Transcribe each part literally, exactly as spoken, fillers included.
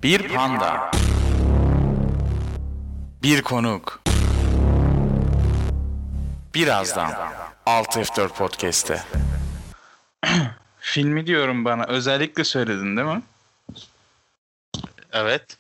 Bir panda, bir konuk. Birazdan Alt F dört Podcast'te. Filmi diyorum bana. Özellikle söyledin değil mi? Evet.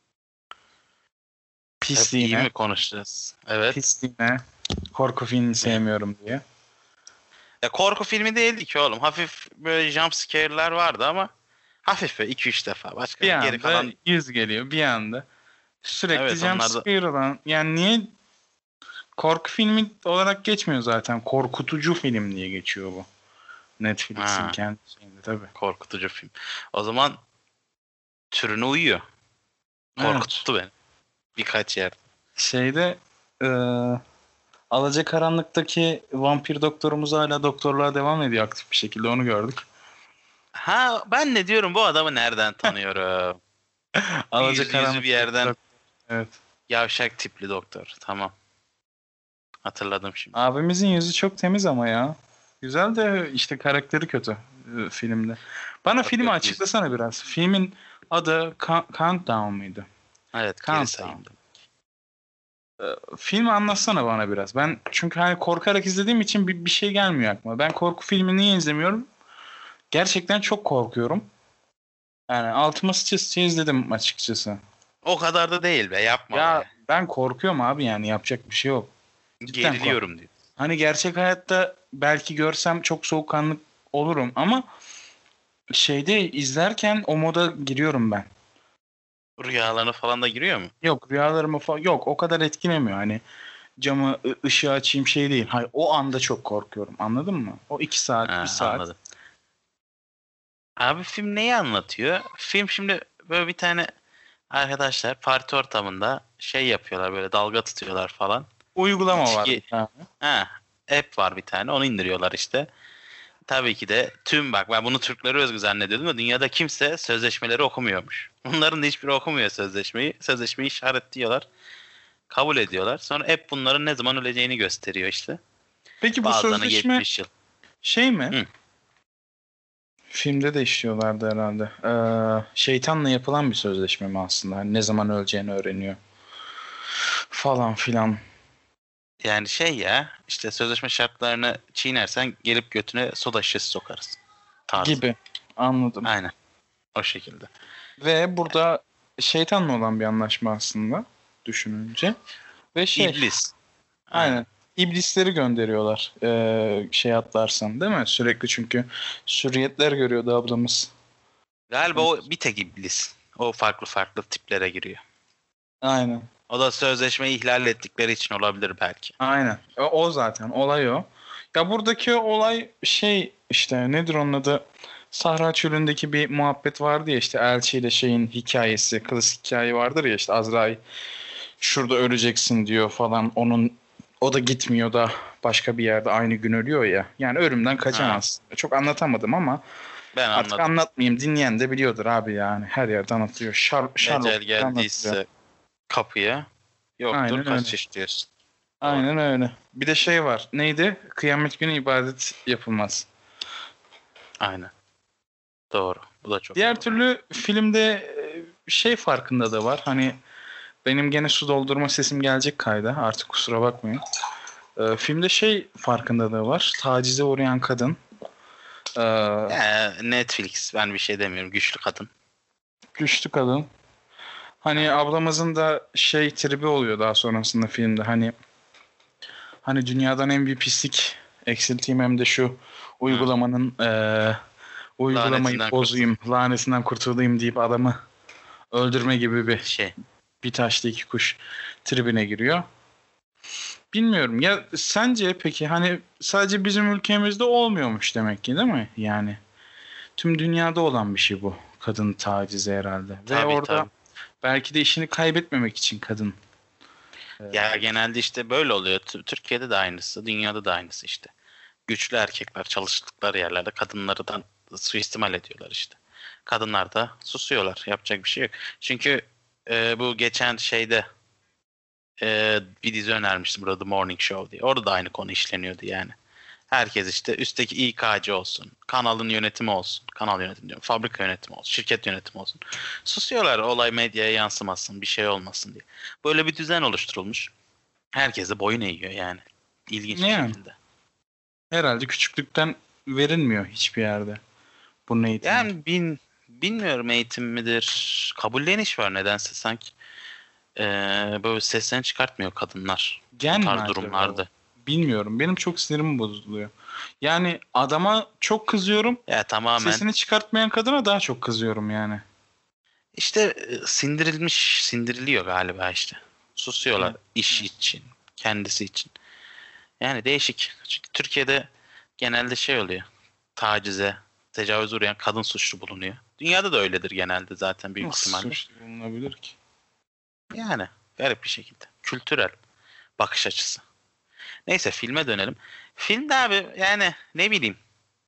Pisliğine. Hep iyi mi konuşacağız? Evet. Pisliğine. Korku filmi sevmiyorum diye. Ya korku filmi değildi ki oğlum. Hafif böyle jump scare'ler vardı ama hafif böyle iki üç defa. Başka Bir geri anda kalan... yüz geliyor bir anda. Sürekli Evet, jump onlar da- scare olan. Yani niye korku filmi olarak geçmiyor zaten. Korkutucu film diye geçiyor bu. Netflix'in Ha. kendi şeyinde tabii. Korkutucu film. O zaman türüne uyuyor. Korkuttu beni. Birkaç yer. Şeyde eee Alacakaranlık'taki vampir doktorumuz hala doktorluğa devam ediyor aktif bir şekilde, onu gördük. Ha ben ne diyorum, bu adamı nereden tanıyorum? Alacakaranlık yüzü bir yerden. Evet. Yavşak tipli doktor. Tamam. Hatırladım şimdi. Abimizin yüzü çok temiz ama ya. Güzel de işte karakteri kötü e, filmde. Bana Yok, filmi yok, açıklasana biraz. Filmin adı Ka- Countdown mıydı? Evet, geri Countdown. sayımda. Filmi anlatsana bana biraz. Ben çünkü hani korkarak izlediğim için bir, bir şey gelmiyor aklıma. Ben korku filmi niye izlemiyorum? Gerçekten çok korkuyorum. Yani altıma sıçrası izledim açıkçası. O kadar da değil be, yapma Ya be. ben korkuyorum abi, yani yapacak bir şey yok. Cidden Geriliyorum diyor. Hani gerçek hayatta belki görsem çok soğukkanlı olurum ama şeyde izlerken o moda giriyorum ben. Rüyalarına falan da giriyor mu? Yok, rüyalarımı falan yok, o kadar etkilemiyor hani camı ı- ışığı açayım şey değil. Hayır, o anda çok korkuyorum, anladın mı? O iki saat Ha, bir saat. anladım. Abi film neyi anlatıyor? Film şimdi böyle bir tane arkadaşlar parti ortamında şey yapıyorlar, böyle dalga tutuyorlar falan. Uygulama var İçki- bir tane. Ha, app var bir tane, onu indiriyorlar işte. Tabii ki de tüm, bak ben bunu Türklere özgü zannediyordum da dünyada kimse sözleşmeleri okumuyormuş. Bunların da hiçbiri okumuyor sözleşmeyi. Sözleşmeyi işaretliyorlar. Kabul ediyorlar. Sonra app bunların ne zaman öleceğini gösteriyor işte. Peki bu Bazılarına sözleşme yetmiş yıl. şey mi? Hı. Filmde de işliyorlardı herhalde. Ee, şeytanla yapılan bir sözleşme mi aslında? Hani ne zaman öleceğini öğreniyor. Falan filan. Yani şey ya, işte sözleşme şartlarını çiğnersen gelip götüne soda şişesi sokarız. Tarzı. Gibi. Anladım. Aynen. O şekilde. Ve burada şeytanla olan bir anlaşma aslında düşününce. Ve şey, İblis. aynen. İblisleri gönderiyorlar. Ee, şey atlarsan değil mi? Sürekli, çünkü sürriyetler görüyordu ablamız. Galiba o bir tek iblis. O farklı farklı tiplere giriyor. Aynen. O da sözleşmeyi ihlal ettikleri için olabilir belki. Aynen. O, o zaten. Olay o. Ya buradaki olay şey, işte nedir onun adı? Sahra Çölü'ndeki bir muhabbet vardı ya, işte Elçi ile şeyin hikayesi. Klasik hikaye vardır ya, işte Azrail şurada öleceksin diyor falan. Onun o da gitmiyor da başka bir yerde aynı gün ölüyor ya. Yani ölümden kaçamaz. Çok anlatamadım ama Ben artık anladım. anlatmayayım. Dinleyen de biliyordur abi yani. Her yerde anlatıyor. Şar Ecel Sherlock'ta anlatıyor. geldiyse kapıya, yoktur Aynen kaçış diyorsun. Aynen öyle. Bir de şey var. Neydi? Kıyamet günü ibadet yapılmaz. Aynen. Doğru. Bu da çok Diğer doğru. türlü filmde e, şey farkında da var. Hani benim gene su doldurma sesim gelecek kayda. Artık kusura bakmayın. E, filmde şey farkında da var. Tacize uğrayan kadın. E, Ee, Netflix, ben bir şey demiyorum. Güçlü kadın. güçlü kadın. Hani ablamızın da şey tribi oluyor daha sonrasında filmde. Hani hani dünyadan en büyük pislik eksilteyim, hem de şu uygulamanın e, uygulamayı Lanetinden bozayım, lanetinden kurtulayım deyip adamı öldürme gibi bir Şey. bir taşla iki kuş tribine giriyor. Bilmiyorum ya, sence peki hani sadece bizim ülkemizde olmuyormuş demek ki, değil mi? Yani tüm dünyada olan bir şey bu. Kadın tacizi herhalde. Ve Tabii, orada tabii. belki de işini kaybetmemek için kadın. Ya genelde işte böyle oluyor. T- Türkiye'de de aynısı, dünyada da aynısı işte. Güçlü erkekler çalıştıkları yerlerde kadınlardan suistimal ediyorlar işte. Kadınlar da susuyorlar. Yapacak bir şey yok. Çünkü e, bu geçen şeyde e, bir dizi önermiştim burada, The Morning Show diye. Orada da aynı konu işleniyordu yani. Herkes işte üstteki İK'cı olsun. Kanalın yönetimi olsun. Kanal yönetimi diyorum. Fabrika yönetimi olsun. Şirket yönetimi olsun. Susuyorlar olay medyaya yansımasın. Bir şey olmasın diye. Böyle bir düzen oluşturulmuş. Herkes de boyun eğiyor yani. İlginç bir Yani. şekilde. Herhalde küçüklükten verilmiyor hiçbir yerde. Bunun eğitimi. Yani bin, bilmiyorum eğitim midir? Kabulleniş var nedense sanki. Ee, böyle seslerini çıkartmıyor kadınlar. Gen Bu mi tarz acaba durumlarda. o? Bilmiyorum. Benim çok sinirim bozuluyor. Yani adama çok kızıyorum. Ya tamamen Sesini çıkartmayan kadına daha çok kızıyorum yani. işte e, sindirilmiş, sindiriliyor galiba işte. Susuyorlar Evet. iş için, kendisi için. Yani değişik. Çünkü Türkiye'de genelde şey oluyor. Tacize, tecavüze uğrayan kadın suçlu bulunuyor. Dünyada da öyledir genelde zaten büyük Nasıl ihtimalle. suçlu bulunabilir ki? Yani garip bir şekilde. Kültürel bakış açısı. Neyse filme dönelim. Filmde abi yani ne bileyim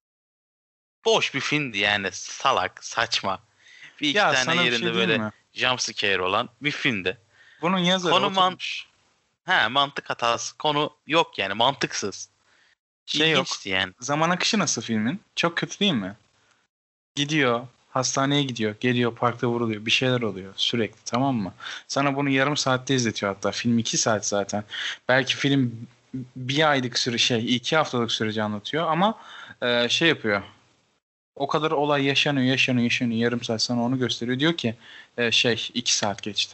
boş bir filmdi yani salak, saçma. Bir iki Ya tane sana bir şey yerinde diyeyim böyle mi? jumpscare olan bir filmdi. Bunun yazarı Konu man oturmuş. ha, mantık hatası. Konu yok yani mantıksız. Şey yok. İlginçti yani. Zaman akışı nasıl filmin? Çok kötü değil mi? Gidiyor. Hastaneye gidiyor. Geliyor parkta vuruluyor. Bir şeyler oluyor sürekli, tamam mı? Sana bunu yarım saatte izletiyor hatta. Film iki saat zaten. Belki film bir aylık süre şey iki haftalık süreci anlatıyor ama e, şey yapıyor. O kadar olay yaşanıyor yaşanıyor yaşanıyor. Yarım saat sana onu gösteriyor. Diyor ki e, şey iki saat geçti.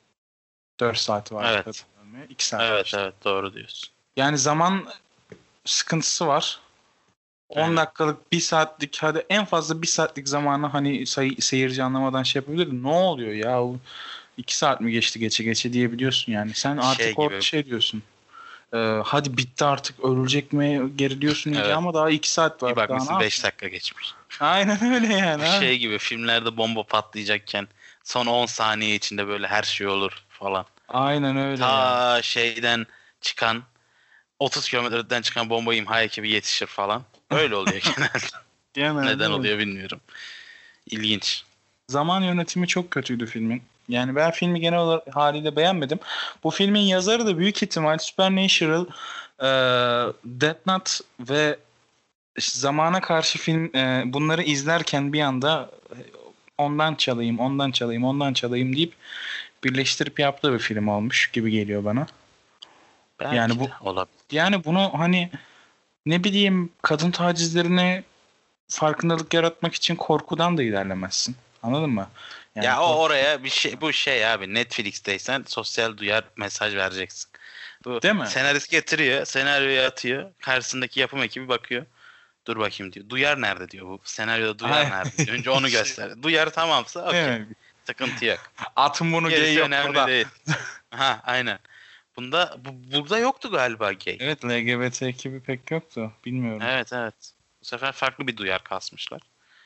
Dört saat var. Evet. iki saat Evet geçti. evet doğru diyorsun. Yani zaman sıkıntısı var. on Aynen. dakikalık bir saatlik hadi en fazla bir saatlik zamanı hani say- seyirci anlamadan şey yapabilir. Ne oluyor ya? O iki saat mi geçti geçe geçe diyebiliyorsun yani. Sen artık Şey orada gibi. şey diyorsun. E, hadi bitti artık ölecek mi geriliyorsun iyice Evet. ama daha iki saat var. Bir Daha ne bakmışsın beş yapayım? dakika geçmiş. Aynen öyle yani. Bu ha. şey gibi filmlerde bomba patlayacakken son on saniye içinde böyle her şey olur falan. Aynen öyle ya. Ta şeyden çıkan otuz kilometreden çıkan bomba imha ekibi yetişir falan. Öyle oluyor genelde. Genelde Neden öyle. oluyor bilmiyorum. İlginç. Zaman yönetimi çok kötüydü filmin. Yani ben filmi genel olarak haliyle beğenmedim. Bu filmin yazarı da büyük ihtimal Supernatural, e, Death Note ve işte Zamana Karşı film e, bunları izlerken bir anda e, ondan çalayım, ondan çalayım, ondan çalayım deyip birleştirip yaptığı bir film olmuş gibi geliyor bana. Belki Yani bu de olabilir. yani bunu hani ne bileyim kadın tacizlerine farkındalık yaratmak için korkudan da ilerlemezsin. Anladın mı? Yani Ya o korku- oraya bir şey bu şey abi Netflix'teysen sosyal duyar mesaj vereceksin. Bu Değil mi? senarist getiriyor, senaryoyu atıyor. Karşısındaki yapım ekibi bakıyor. Dur bakayım diyor. Duyar nerede diyor bu. Senaryoda duyar Ay. nerede diyor. Önce onu Şey- göster. Duyar tamamsa Değil okey. mi? Sıkıntı yok. Atın bunu gay Gerisi yok önemli burada. değil. Ha aynen. Bunda bu, burada yoktu galiba gay. Evet, L G B T ekibi pek yoktu. Bilmiyorum. Evet evet. Bu sefer farklı bir duyar kasmışlar.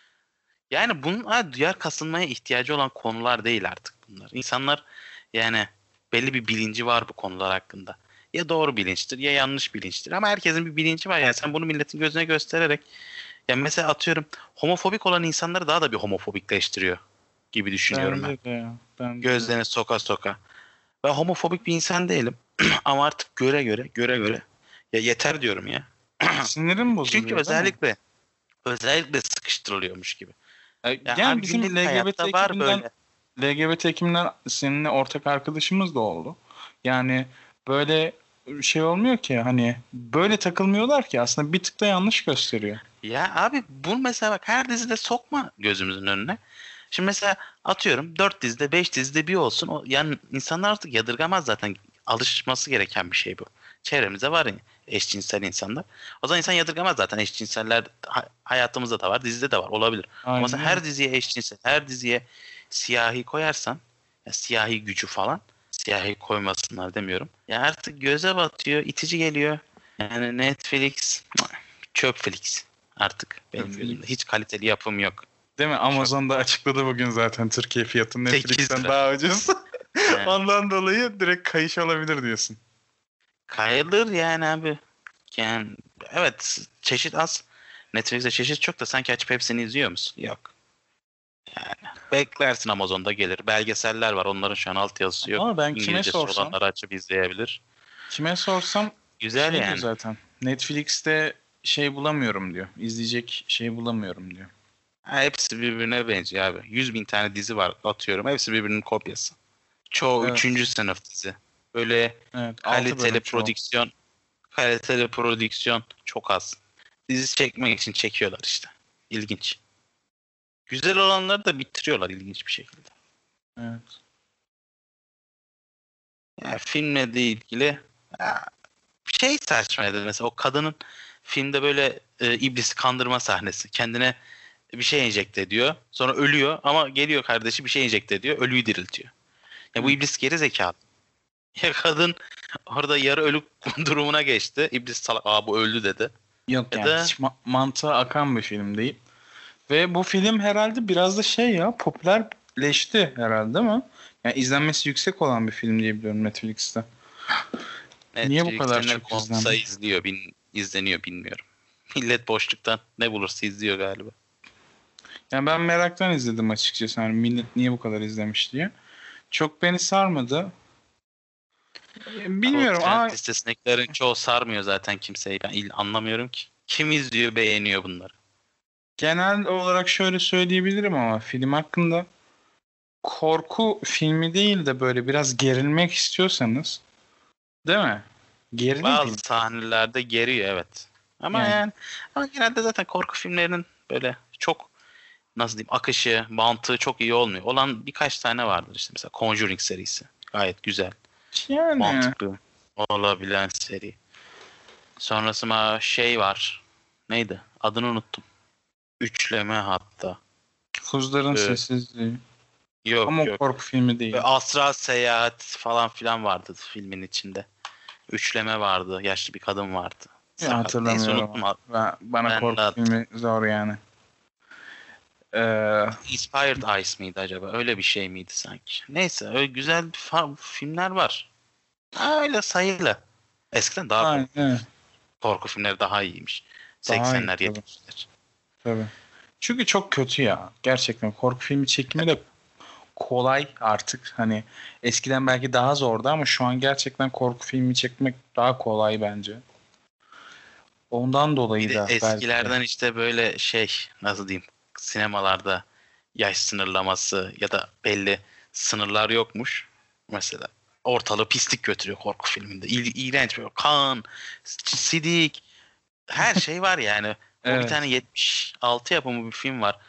Yani bunun ha, duyar kasılmaya ihtiyacı olan konular değil artık bunlar. İnsanlar yani belli bir bilinci var bu konular hakkında. Ya doğru bilinçtir ya yanlış bilinçtir. Ama herkesin bir bilinci var. Yani sen bunu milletin gözüne göstererek yani mesela atıyorum homofobik olan insanları daha da bir homofobikleştiriyor gibi düşünüyorum ben. Bence de ya. Bence de. Gözlerine soka soka. Ben homofobik bir insan değilim. Ama artık göre göre göre göre ya yeter diyorum ya. Sinirim bozuluyor. Çünkü değil mi? özellikle özellikle sıkıştırılıyormuş gibi. E, Ya Yani abi bizim günlük L G B T hayatta var ekibinden böyle. L G B T ekibinden seninle ortak arkadaşımız da oldu. Yani böyle şey olmuyor ki hani böyle takılmıyorlar ki aslında bir tık da yanlış gösteriyor. Ya abi bunu mesela bak her dizide sokma gözümüzün önüne. Şimdi mesela atıyorum dört dizide beş dizide bir olsun. O, yani insanlar artık yadırgamaz zaten. Alışması gereken bir şey bu. Çevremizde var ya eşcinsel insanlar. O zaman insan yadırgamaz zaten eşcinseller ha- hayatımızda da var dizide de var olabilir. Ama sen Aynen. her diziye eşcinsel her diziye siyahi koyarsan ya siyahi gücü falan siyahi koymasınlar demiyorum. Ya artık göze batıyor itici geliyor. Yani Netflix çöpflix artık benim Çöpflix. gözümde. Hiç kaliteli yapım yok. Değil mi? Amazon'da açıkladı bugün zaten Türkiye fiyatı sekiz Netflix'ten lira. daha ucuz. Yani Ondan dolayı direkt kayış olabilir diyorsun. kayılır yani abi. Yani evet çeşit az. Netflix'te çeşit çok da sanki açıp hepsini izliyor musun? Yok. Yani beklersin Amazon'da gelir. Belgeseller var. Onların şu an altyazısı yok. Ama ben kime İngilizcesi sorsam olanları açıp izleyebilir. Kime sorsam Güzel şey diyor yani. zaten. Netflix'te şey bulamıyorum diyor. İzleyecek şey bulamıyorum diyor. Ha, hepsi birbirine benziyor abi. yüz bin tane dizi var atıyorum. Hepsi birbirinin kopyası. Çoğu Evet. üçüncü sınıf dizi. Böyle Evet. altı kaliteli bölüm çoğu. prodüksiyon kaliteli prodüksiyon çok az. Dizi çekmek için çekiyorlar işte. İlginç. Güzel olanları da bitiriyorlar ilginç bir şekilde. Evet. Yani filmle de ilgili ya, şey saçmaydı mesela o kadının filmde böyle e, iblisi kandırma sahnesi. Kendine bir şey enjekte ediyor. Sonra ölüyor ama geliyor kardeşi bir şey enjekte ediyor. Ölüyü diriltiyor. Ya bu Hı. iblis geri zekalı. Ya kadın orada yarı ölü durumuna geçti. İblis salak aa bu öldü dedi. Yok Ya yani da hiç ma- mantığa akan bir film değil. Ve bu film herhalde biraz da şey ya popülerleşti herhalde değil mi? Yani izlenmesi yüksek olan bir film diye biliyorum Netflix'te. Niye bu kadar Netflix'te ne çok konsa izlendi? izliyor, bin, izleniyor bilmiyorum. Millet boşluktan ne bulursa izliyor galiba. Yani ben meraktan izledim açıkçası. Yani millet niye bu kadar izlemiş diye. Çok beni sarmadı. E, Abi o Bilmiyorum trend ama listesindekilerin çoğu sarmıyor zaten kimseyi. Ben il- anlamıyorum ki. Kim izliyor, beğeniyor bunları? genel olarak şöyle söyleyebilirim ama film hakkında korku filmi değil de böyle biraz gerilmek istiyorsanız değil mi? Gerilim Bazı filmi. sahnelerde geriyor evet. Ama Yani yani ama genelde zaten korku filmlerinin böyle çok nasıl diyeyim akışı, mantığı çok iyi olmuyor. Olan birkaç tane vardır işte mesela Conjuring serisi. Gayet güzel, yani mantıklı olabilen seri. Sonrasında şey var. Neydi? Adını unuttum. Üçleme hatta. Kuzların Ee, Sessizliği. Ama yok o yok. korku filmi Ve değil. Astral Seyahat falan filan vardı filmin içinde. Üçleme vardı. Yaşlı bir kadın vardı. Ya Sakat. Neyse hatırlamıyorum. unuttum. Ben, bana Ben korku de filmi zor yani. Ee, Inspired Eyes miydi acaba? Öyle bir şey miydi sanki? Neyse öyle güzel fa- filmler var. Ha, öyle sayılı. Eskiden daha korku, aynen. korku filmleri daha iyiymiş. Daha iyi seksenler tabii. yetmişler. tabii. Çünkü çok kötü ya. Gerçekten korku filmi çekimi de kolay artık. Hani eskiden belki daha zordu ama şu an gerçekten korku filmi çekmek daha kolay bence. Ondan Bir dolayı de da belki de. eskilerden işte böyle şey nasıl diyeyim sinemalarda yaş sınırlaması ya da belli sınırlar yokmuş. Mesela ortalığı pislik götürüyor korku filminde. İl, iğrenç böyle kan, sidik her şey var yani. O bir Evet. tane yetmiş altı yapımı bir film var.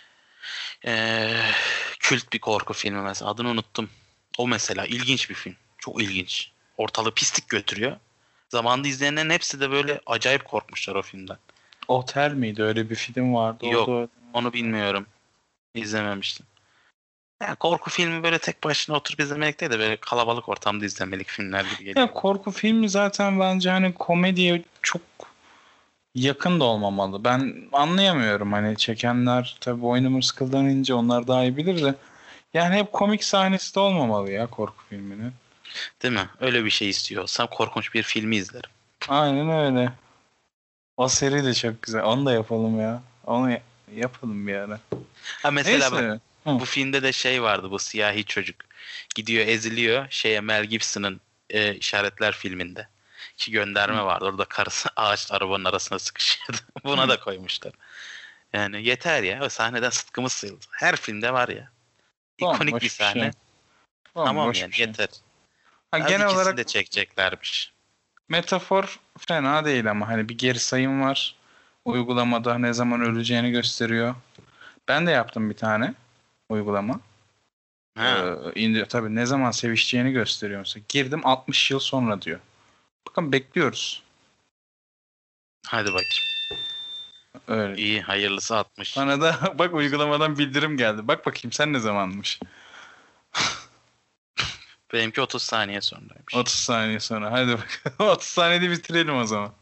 Ee, kült bir korku filmi mesela adını unuttum. O mesela ilginç bir film. Çok ilginç. Ortalığı pislik götürüyor. Zamanında izleyenlerin hepsi de böyle acayip korkmuşlar o filmden. Otel miydi? Öyle bir film vardı. O Yok da onu bilmiyorum. İzlememiştim. Yani korku filmi böyle tek başına oturup izlemelik değil de böyle kalabalık ortamda izlemelik filmler gibi geliyor. ya korku filmi zaten bence hani komediye çok yakın da olmamalı. Ben anlayamıyorum hani çekenler tabii oyunumuz sıkıldan ince onlar daha iyi bilir de yani hep komik sahnesi de olmamalı ya korku filminin. Değil mi? Öyle bir şey istiyorsam korkunç bir filmi izlerim. Aynen öyle. O seri de çok güzel. Onu da yapalım ya. Onu ya- yapalım bir ara. Ha mesela bak Neyse. Hı. bu filmde de şey vardı bu siyahi çocuk. Gidiyor eziliyor şeye Mel Gibson'ın e, İşaretler filminde. Ki gönderme vardı. Orada karısı ağaç arabanın arasına sıkışıyordu. Buna Hı. da koymuşlar. Yani yeter ya. O sahneden sıtkımız sıyıldı. Her filmde var ya. İkonik bir Bomboş bir şey. sahne. Tamam Bomboş yani bir şey. yeter. Ha, Az genel ikisini de olarak çekeceklermiş. metafor fena değil ama hani bir geri sayım var. Uygulamada ne zaman öleceğini gösteriyor. Ben de yaptım bir tane uygulama. Ha, Ee, indir, tabii ne zaman sevişeceğini gösteriyor mesela. Girdim altmış yıl sonra diyor. Bakın bekliyoruz. hadi bakayım. Öyle. İyi hayırlısı atmış. Bana da bak uygulamadan bildirim geldi. Bak bakayım sen ne zamanmış. Benimki otuz saniye sonraymış. otuz saniye sonra. Hadi bak. otuz saniyede bitirelim o zaman.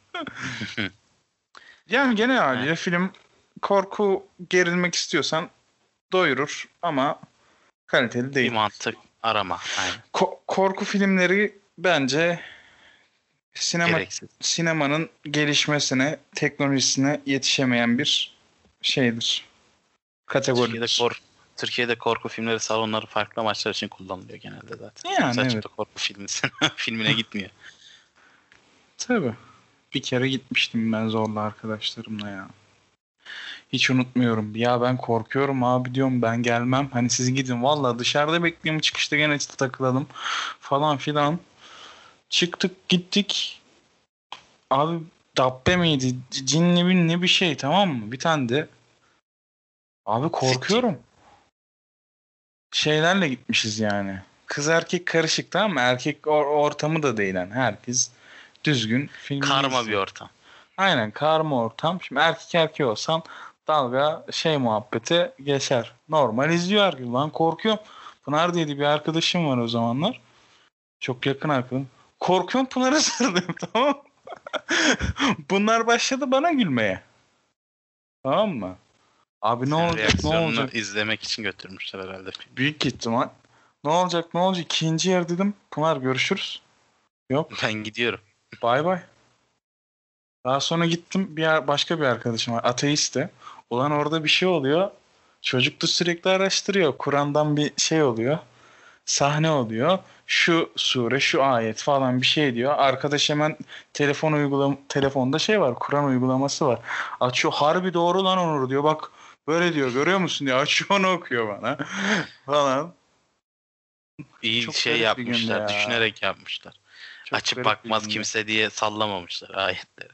Yani genel Ha, haliyle film korku gerilmek istiyorsan doyurur ama kaliteli bir değil. mantık arama. Aynen. Ko- korku filmleri bence sinema Gereksiz. sinemanın gelişmesine, teknolojisine yetişemeyen bir şeydir. Türkiye'de Kategoridir. korku Türkiye'de korku filmleri salonları farklı amaçlar için kullanılıyor genelde zaten. Yani Kimse açıp evet. da korku filmi filmine gitmiyor. Tabii. bir kere gitmiştim ben zorla arkadaşlarımla ya. Hiç unutmuyorum. Ya ben korkuyorum abi diyorum, ben gelmem. Hani siz gidin. Valla dışarıda bekliyorum, çıkışta gene takılalım falan filan. Çıktık gittik. Abi Dabbe miydi? C- Cinli binli bir şey, tamam mı? Bir tane de. Abi korkuyorum. Şeylerle gitmişiz yani. Kız erkek karışık, tamam mı? Erkek or- ortamı da değil yani. Herkes düzgün filmini Karma bir izliyor. ortam. Aynen, karma ortam. Şimdi erkek erkeği olsan dalga şey muhabbeti geçer. Normal izliyor herkes. Lan korkuyorum. Pınar diye bir arkadaşım var o zamanlar. Çok yakın arkadaşım. Korkuyorum, Pınar'a sarılıyorum tamam mı? Bunlar başladı bana gülmeye. Tamam mı? Abi ne Senin olacak ne reaksiyonunu olacak? izlemek için götürmüşler herhalde film. Büyük ihtimal. Ne olacak ne olacak? İkinci yer dedim. Pınar görüşürüz. Yok. Ben gidiyorum. Bay bay. Daha sonra gittim, bir yer, başka bir arkadaşım var. Ateist de. Ulan orada bir şey oluyor. Çocuk da sürekli araştırıyor. Kur'an'dan bir şey oluyor. Sahne oluyor. Şu sure, şu ayet falan bir şey diyor. Arkadaş hemen telefon uygulam telefonda şey var. Kur'an uygulaması var. Açıyor. Harbi doğru lan Onur diyor. Bak böyle diyor. Görüyor musun diyor. Açıyor, onu okuyor bana. falan. İyi Çok şey garip bir gündü yapmışlar. ya. Düşünerek yapmışlar. Çok Açıp garip bir bakmaz gündü. kimse diye sallamamışlar ayetleri.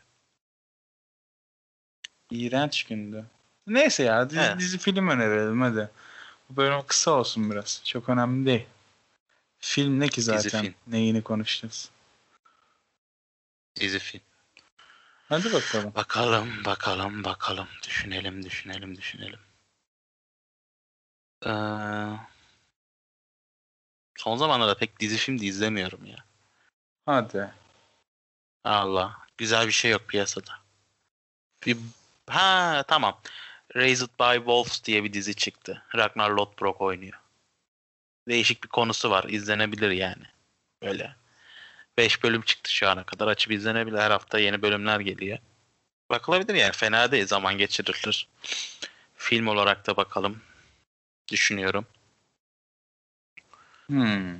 İğrenç gündü. Neyse ya, dizi, Evet. dizi film önerelim hadi. Bu bölüm kısa olsun biraz. Çok önemli değil. Film ne ki Dizi zaten? film. Neyini konuşacağız? Dizi film. Hadi bakalım. Bakalım, bakalım, bakalım. Düşünelim, düşünelim, düşünelim. Ee, son zamanlarda pek dizi film de izlemiyorum ya. Hadi. Allah. Güzel bir şey yok piyasada. Bir... Ha tamam. Raised by Wolves diye bir dizi çıktı. Ragnar Lothbrok oynuyor. Değişik bir konusu var. İzlenebilir yani. Öyle. Beş bölüm çıktı şu ana kadar. Açıp izlenebilir. Her hafta yeni bölümler geliyor. Bakılabilir yani. Fena değil. Zaman geçirilir. Film olarak da bakalım. Düşünüyorum. Hmm.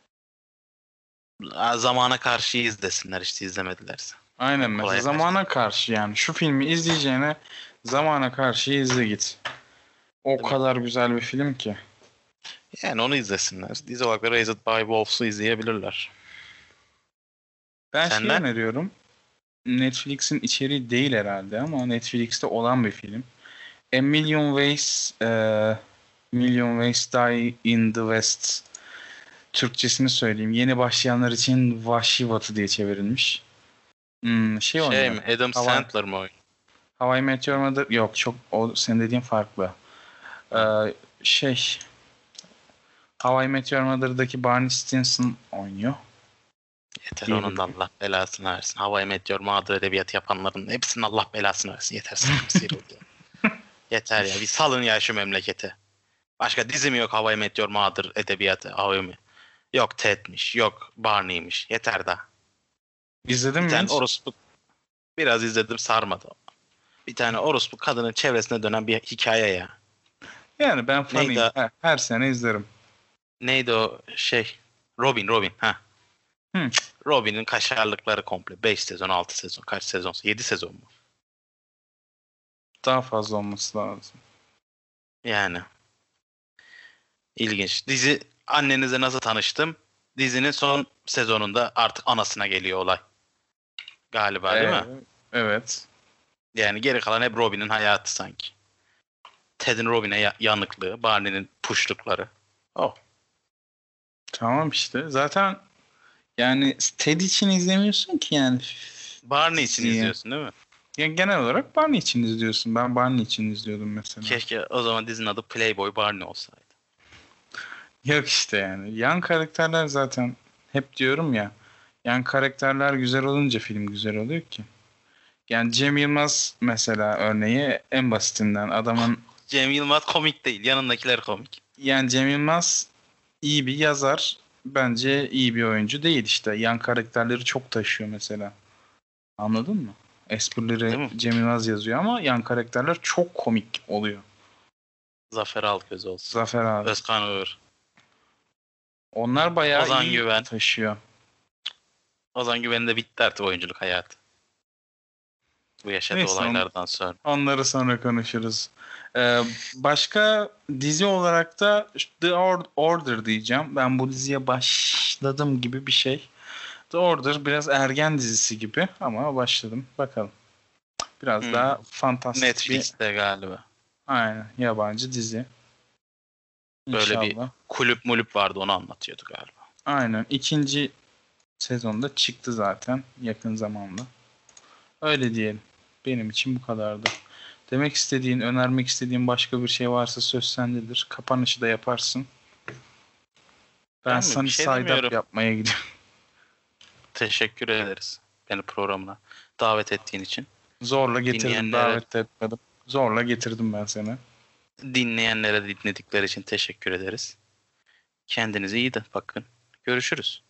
Aa, Zamana karşı izlesinler işte izlemedilerse. Aynen, En mesela kolay zamana karşı, yani şu filmi izleyeceğine zamana karşı izle git. O Değil mi? kadar güzel bir film ki. Yani onu izlesinler. Dizi olarak da Raised by Wolves'u izleyebilirler. Ben Sen şey de? öneriyorum. Netflix'in içeriği değil herhalde ama Netflix'te olan bir film. A Million Ways e, Million Ways Die in the West. Türkçesini söyleyeyim. Yeni başlayanlar için Vahşi Batı diye çevrilmiş. Hmm, şey Şey oynuyor. mi? Adam Hava, Sandler mı oynuyor? How I Met Your Mother. Yok, çok o senin dediğin farklı. Ee, şey How I Met Your Mother'daki Barney Stinson oynuyor. Yeter İyi onun bir da film. Allah belasını versin. How I Met Your Mother edebiyat yapanların hepsinin Allah belasını versin. Yeter sıkıntı sıyrıldı ya. Yeter ya. Bir salın ya şu memlekete. Başka dizi mi yok How I Met Your Mother edebiyatı? How I Met- Yok Ted'miş. Yok Barney'miş. Yeter daha. İzledin Bir mi tane hiç? orospu biraz izledim sarmadı. Bir tane orospu kadının çevresine dönen bir hikaye ya. Yani ben Neydi, fanıyım. Her, her sene izlerim. neydi o şey? Robin, Robin. Ha. Hı. Robin'in kaşarlıkları komple. beş sezon, altı sezon. Kaç sezon? yedi sezon mu? Daha fazla olması lazım. Yani. İlginç. Dizi annenize nasıl tanıştım? Dizinin son sezonunda artık anasına geliyor olay. Galiba değil mi? Ee, Evet. Yani geri kalan hep Robin'in hayatı sanki. Ted'in Robin'e ya- yanıklığı, Barney'nin puşlukları. Oh. Tamam işte. Zaten yani Ted için izlemiyorsun ki yani. Barney için Diziyi. izliyorsun değil mi? Ya genel olarak Barney için izliyorsun. Ben Barney için izliyordum mesela. Keşke o zaman dizinin adı Playboy Barney olsaydı. Yok işte yani. Yan karakterler zaten, hep diyorum ya. Yan karakterler güzel olunca film güzel oluyor ki. Yani Cem Yılmaz mesela örneği en basitinden, adamın, Cem Yılmaz komik değil. Yanındakiler komik. yani Cem Yılmaz iyi bir yazar. Bence iyi bir oyuncu değil işte. Yan karakterleri çok taşıyor mesela. Anladın mı? Esprileri Değil mi? Cem Yılmaz yazıyor ama yan karakterler çok komik oluyor. Zafer Algöz olsun. Zafer abi. Özkan Uğur. Onlar bayağı Ozan iyi Güven. taşıyor. Ozan Güven'in de bitti artık oyunculuk hayatı. Bu yaşadığı Neyse, olaylardan sonra. Onları sonra konuşuruz. Ee, başka dizi olarak da The Or- Order diyeceğim. Ben bu diziye başladım gibi bir şey. The Order biraz ergen dizisi gibi ama başladım. Bakalım. Biraz Hmm. daha fantastik bir Netflix'te galiba. aynen, yabancı dizi. Böyle bir İnşallah. kulüp mulüp vardı, onu anlatıyordu galiba. Aynen. İkinci sezonda çıktı zaten yakın zamanda. Öyle diyelim. Benim için bu kadardı. Demek istediğin, önermek istediğin başka bir şey varsa söz sendedir. Kapanışı da yaparsın. Ben Ben mi? sana Bir şey side demiyorum. up yapmaya gidiyorum. Teşekkür ederiz beni programına davet ettiğin için. Zorla getirdim. Dinleyenlere- Davet de etmedim. Zorla getirdim ben seni. Dinleyenlere dinledikleri için teşekkür ederiz. Kendinize iyi de bakın. Görüşürüz.